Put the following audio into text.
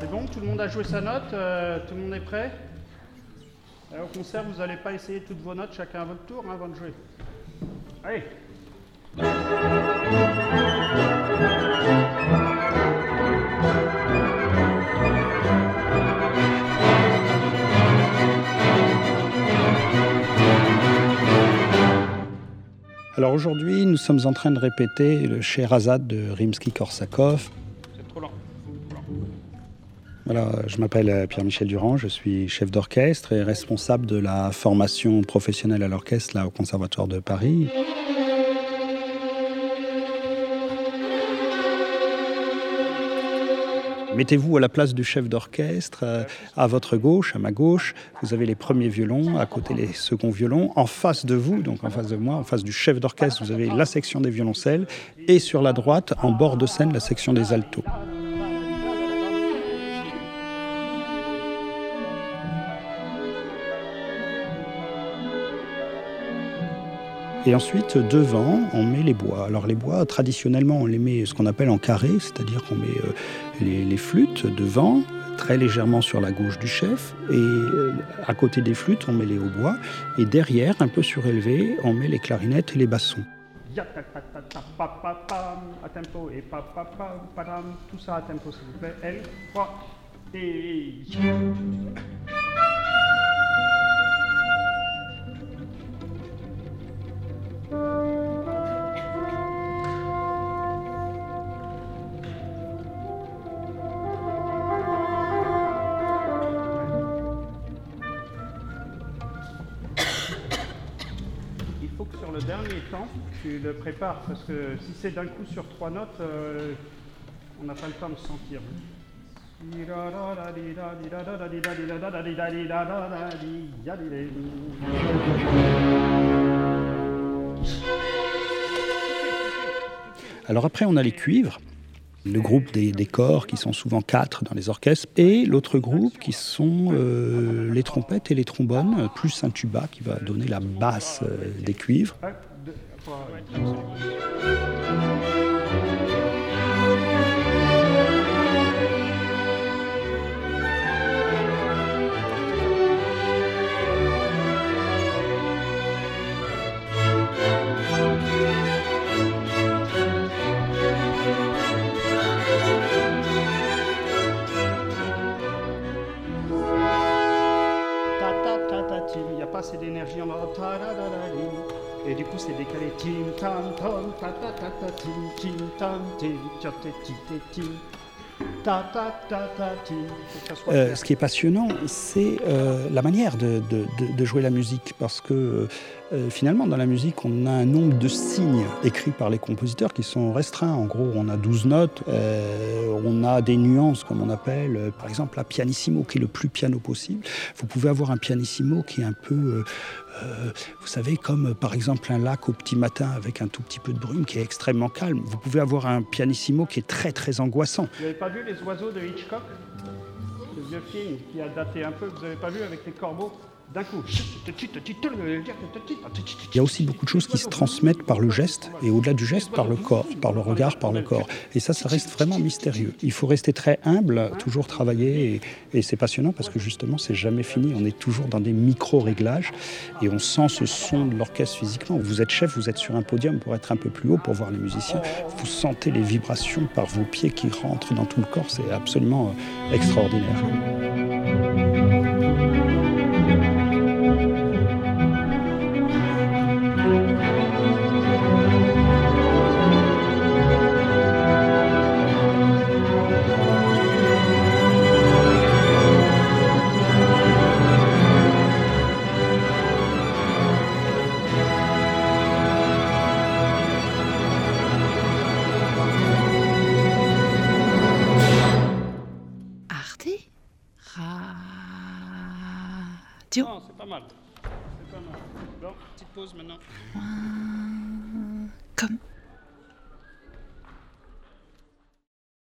C'est bon, tout le monde a joué sa note, tout le monde est prêt? Au concert, vous n'allez pas essayer toutes vos notes chacun à votre tour avant de jouer. Allez! Alors aujourd'hui, nous sommes en train de répéter le Scheherazade de Rimsky-Korsakov. C'est trop lent. Voilà, je m'appelle Pierre-Michel Durand, je suis chef d'orchestre et responsable de la formation professionnelle à l'orchestre là, au Conservatoire de Paris. Mettez-vous à la place du chef d'orchestre, à votre gauche, à ma gauche, vous avez les premiers violons, à côté les seconds violons. En face de vous, donc en face de moi, en face du chef d'orchestre, vous avez la section des violoncelles et sur la droite, en bord de scène, la section des altos. Et ensuite, devant, on met les bois. Alors les bois, traditionnellement, on les met ce qu'on appelle en carré, c'est-à-dire qu'on met les flûtes devant, très légèrement sur la gauche du chef, et à côté des flûtes, on met les hautbois, et derrière, un peu surélevé, on met les clarinettes et les bassons. À tempo et pa-pa-pam, tout ça à tempo s'il vous plaît. L, 3 et... Il faut que sur le dernier temps, tu le prépares, parce que si c'est d'un coup sur 3 notes, on n'a pas le temps de se sentir. Alors après, on a les cuivres, le groupe des corps qui sont souvent 4 dans les orchestres, et l'autre groupe qui sont les trompettes et les trombones, plus un tuba qui va donner la basse des cuivres. Il n'y a pas assez d'énergie en et du coup c'est décalé. Tim tam tom ta ta ta ta tim tim tam tim ta ta tim ta ta ta ta tim. Ce qui est passionnant, c'est la manière de jouer la musique, parce que finalement, dans la musique, on a un nombre de signes écrits par les compositeurs qui sont restreints. En gros, on a 12 notes, on a des nuances, comme on appelle, par exemple, la pianissimo, qui est le plus piano possible. Vous pouvez avoir un pianissimo qui est un peu... vous savez, comme par exemple un lac au petit matin avec un tout petit peu de brume qui est extrêmement calme. Vous pouvez avoir un pianissimo qui est très très angoissant. Vous n'avez pas vu Les Oiseaux de Hitchcock? Ce vieux film qui a daté un peu, vous n'avez pas vu avec les corbeaux? D'un coup. Il y a aussi beaucoup de choses qui se transmettent par le geste, et au-delà du geste, par le corps, par le regard, par le corps. Et ça reste vraiment mystérieux. Il faut rester très humble, toujours travailler, et c'est passionnant parce que justement, c'est jamais fini. On est toujours dans des micro-réglages, et on sent ce son de l'orchestre physiquement. Vous êtes chef, vous êtes sur un podium pour être un peu plus haut, pour voir les musiciens. Vous sentez les vibrations par vos pieds qui rentrent dans tout le corps. C'est absolument extraordinaire. Non, c'est pas mal. C'est pas mal. Bon, petite pause maintenant. Comme